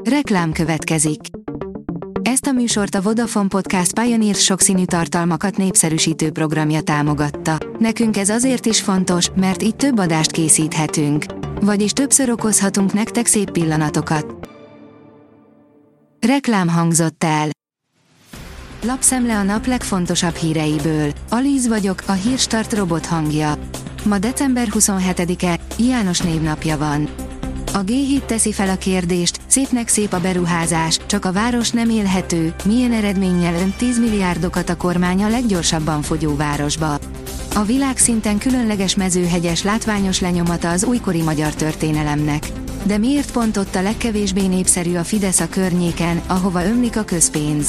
Reklám következik. Ezt a műsort a Vodafone Podcast Pioneer sokszínű tartalmakat népszerűsítő programja támogatta. Nekünk ez azért is fontos, mert így több adást készíthetünk. Vagyis többször okozhatunk nektek szép pillanatokat. Reklám hangzott el. Lapszemle a nap legfontosabb híreiből. Alíz vagyok, a Hírstart robot hangja. Ma december 27-e, János névnapja van. A G7 teszi fel a kérdést, szépnek szép a beruházás, csak a város nem élhető, milyen eredménnyel önt 10 milliárdokat a kormány a leggyorsabban fogyó városba. A világszinten különleges mezőhegyes látványos lenyomata az újkori magyar történelemnek. De miért pont ott a legkevésbé népszerű a Fidesz a környéken, ahova ömlik a közpénz?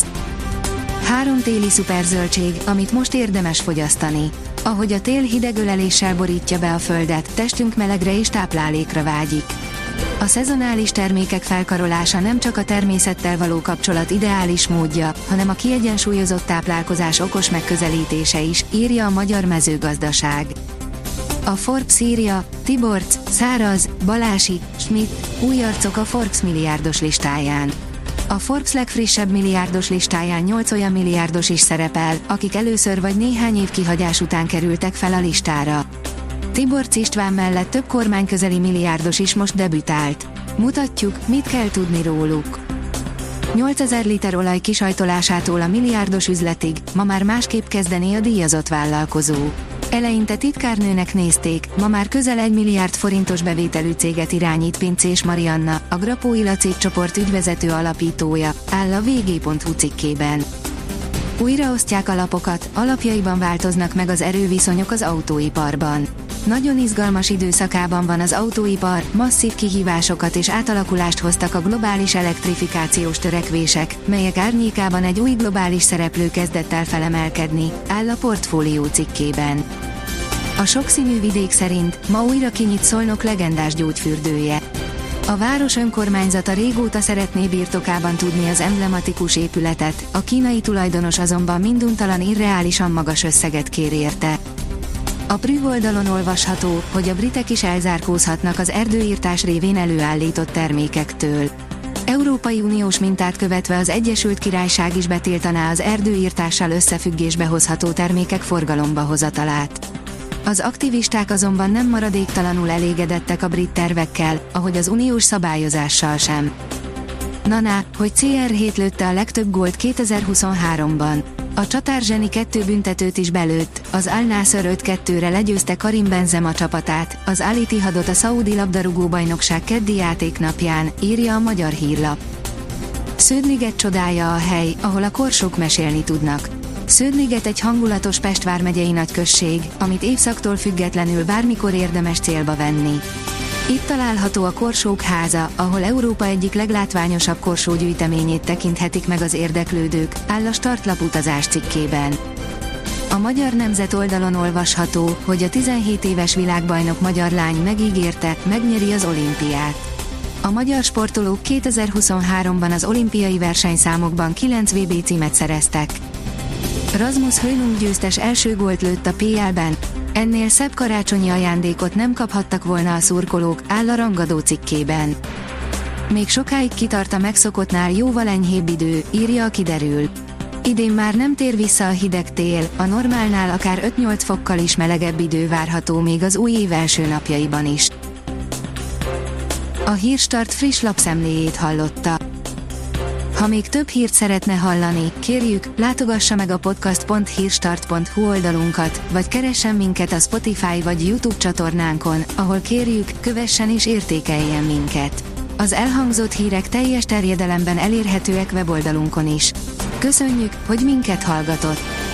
3 téli szuperzöldség, amit most érdemes fogyasztani. Ahogy a tél hideg öleléssel borítja be a földet, testünk melegre és táplálékra vágyik. A szezonális termékek felkarolása nem csak a természettel való kapcsolat ideális módja, hanem a kiegyensúlyozott táplálkozás okos megközelítése is, írja a Magyar Mezőgazdaság. A Forbes írja, Tiborcs, Száraz, Balási, Schmidt, új arcok a Forbes milliárdos listáján. A Forbes legfrissebb milliárdos listáján 8 olyan milliárdos is szerepel, akik először vagy néhány év kihagyás után kerültek fel a listára. Tiborcs István mellett több kormányközeli milliárdos is most debütált. Mutatjuk, mit kell tudni róluk. 8000 liter olaj kisajtolásától a milliárdos üzletig, ma már másképp kezdené a díjazott vállalkozó. Eleinte titkárnőnek nézték, ma már közel 1 milliárd forintos bevételű céget irányít Pincés Marianna, a Grapó Illa cégcsoport ügyvezető alapítója, áll a vg.hu cikkében. Újraosztják a lapokat, alapjaiban változnak meg az erőviszonyok az autóiparban. Nagyon izgalmas időszakában van az autóipar, masszív kihívásokat és átalakulást hoztak a globális elektrifikációs törekvések, melyek árnyékában egy új globális szereplő kezdett el felemelkedni, áll a Portfólió cikkében. A sokszínű vidék szerint ma újra kinyit Szolnok legendás gyógyfürdője. A város önkormányzata régóta szeretné birtokában tudni az emblematikus épületet, a kínai tulajdonos azonban minduntalan irreálisan magas összeget kér érte. A Prüv oldalon olvasható, hogy a britek is elzárkózhatnak az erdőirtás révén előállított termékektől. Európai Uniós mintát követve az Egyesült Királyság is betiltaná az erdőirtással összefüggésbe hozható termékek forgalomba hozatalát. Az aktivisták azonban nem maradéktalanul elégedettek a brit tervekkel, ahogy az uniós szabályozással sem. Na, hogy CR7 lőtte a legtöbb gólt 2023-ban. A csatárzseni 2 büntetőt is belőtt, az Al Nassr 5-2-re legyőzte Karim Benzema csapatát, az Al Ittihadot a szaúdi labdarúgó-bajnokság keddi játéknapján, írja a Magyar Hírlap. Sződliget csodája a hely, ahol a korsók mesélni tudnak. Sződliget egy hangulatos Pest vármegyei nagyközség, amit évszaktól függetlenül bármikor érdemes célba venni. Itt található a Korsók háza, ahol Európa egyik leglátványosabb korsógyűjteményét tekinthetik meg az érdeklődők, áll a Startlap utazás cikkében. A Magyar Nemzet oldalon olvasható, hogy a 17 éves világbajnok magyar lány megígérte, megnyeri az olimpiát. A magyar sportolók 2023-ban az olimpiai versenyszámokban 9 VB címet szereztek. Rasmus Højlund győztes első gólt lőtt a PL-ben, ennél szebb karácsonyi ajándékot nem kaphattak volna a szurkolók, áll a Rangadó cikkében. Még sokáig kitart a megszokottnál jóval enyhébb idő, írja a Kiderül. Idén már nem tér vissza a hideg tél, a normálnál akár 5-8 fokkal is melegebb idő várható még az új év első napjaiban is. A Hírstart friss lapszemléjét hallotta. Ha még több hírt szeretne hallani, kérjük, látogassa meg a podcast.hírstart.hu oldalunkat, vagy keressen minket a Spotify vagy YouTube csatornánkon, ahol kérjük, kövessen és értékeljen minket. Az elhangzott hírek teljes terjedelemben elérhetőek weboldalunkon is. Köszönjük, hogy minket hallgatott!